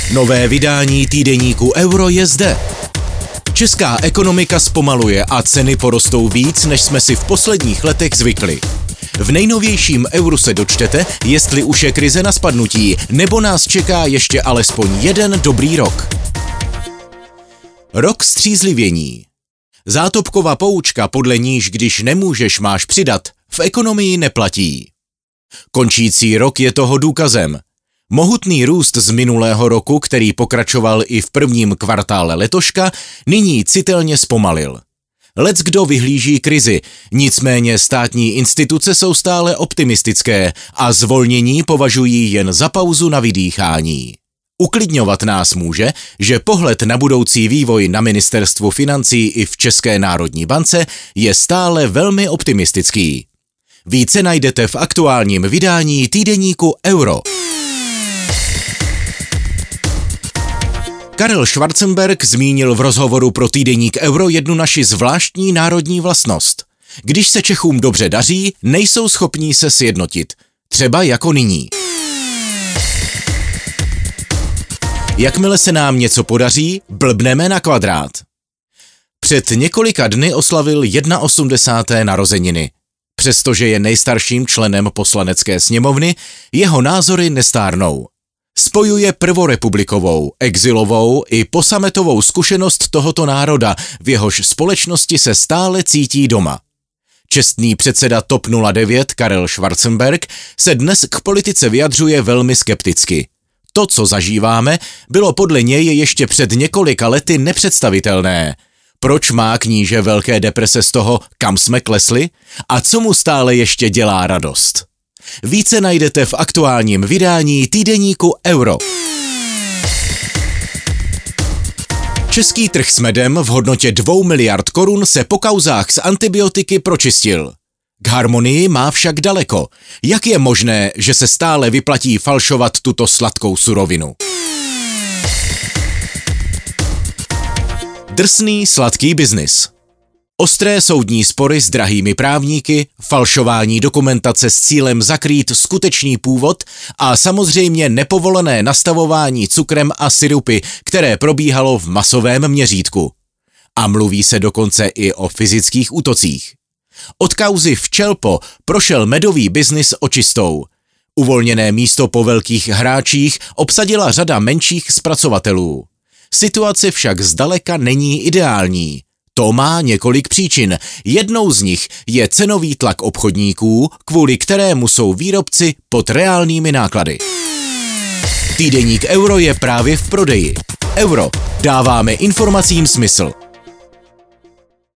Nové vydání týdeníku Euro je zde. Česká ekonomika zpomaluje a ceny porostou víc, než jsme si v posledních letech zvykli. V nejnovějším Euru se dočtete, jestli už je krize na spadnutí, nebo nás čeká ještě alespoň jeden dobrý rok. Rok střízlivění. Zátopkova poučka, podle níž když nemůžeš, máš přidat, v ekonomii neplatí. Končící rok je toho důkazem. Mohutný růst z minulého roku, který pokračoval i v prvním kvartále letoška, nyní citelně zpomalil. Leckdo vyhlíží krizi, nicméně státní instituce jsou stále optimistické a zvolnění považují jen za pauzu na vydýchání. Uklidňovat nás může, že pohled na budoucí vývoj na Ministerstvu financí i v České národní bance je stále velmi optimistický. Více najdete v aktuálním vydání týdeníku Euro. Karel Schwarzenberg zmínil v rozhovoru pro týdeník Euro jednu naši zvláštní národní vlastnost. Když se Čechům dobře daří, nejsou schopní se sjednotit. Třeba jako nyní. Jakmile se nám něco podaří, blbneme na kvadrát. Před několika dny oslavil 81. narozeniny. Přestože je nejstarším členem Poslanecké sněmovny, jeho názory nestárnou. Spojuje prvorepublikovou, exilovou i posametovou zkušenost tohoto národa, v jehož společnosti se stále cítí doma. Čestný předseda TOP 09 Karel Schwarzenberg se dnes k politice vyjadřuje velmi skepticky. To, co zažíváme, bylo podle něj ještě před několika lety nepředstavitelné. Proč má kníže velké deprese z toho, kam jsme klesli? A co mu stále ještě dělá radost? Více najdete v aktuálním vydání týdeníku Euro. Český trh s medem v hodnotě 2 miliard korun se po kauzách s antibiotiky pročistil. K harmonii má však daleko. Jak je možné, že se stále vyplatí falšovat tuto sladkou surovinu? Drsný sladký biznis. Ostré soudní spory s drahými právníky, falšování dokumentace s cílem zakrýt skutečný původ a samozřejmě nepovolené nastavování cukrem a sirupy, které probíhalo v masovém měřítku. A mluví se dokonce i o fyzických útocích. Od kauzy Včelpo prošel medový biznis očistou. Uvolněné místo po velkých hráčích obsadila řada menších zpracovatelů. Situace však zdaleka není ideální. To má několik příčin. Jednou z nich je cenový tlak obchodníků, kvůli kterému jsou výrobci pod reálnými náklady. Týdeník Euro je právě v prodeji. Euro. Dáváme informacím smysl.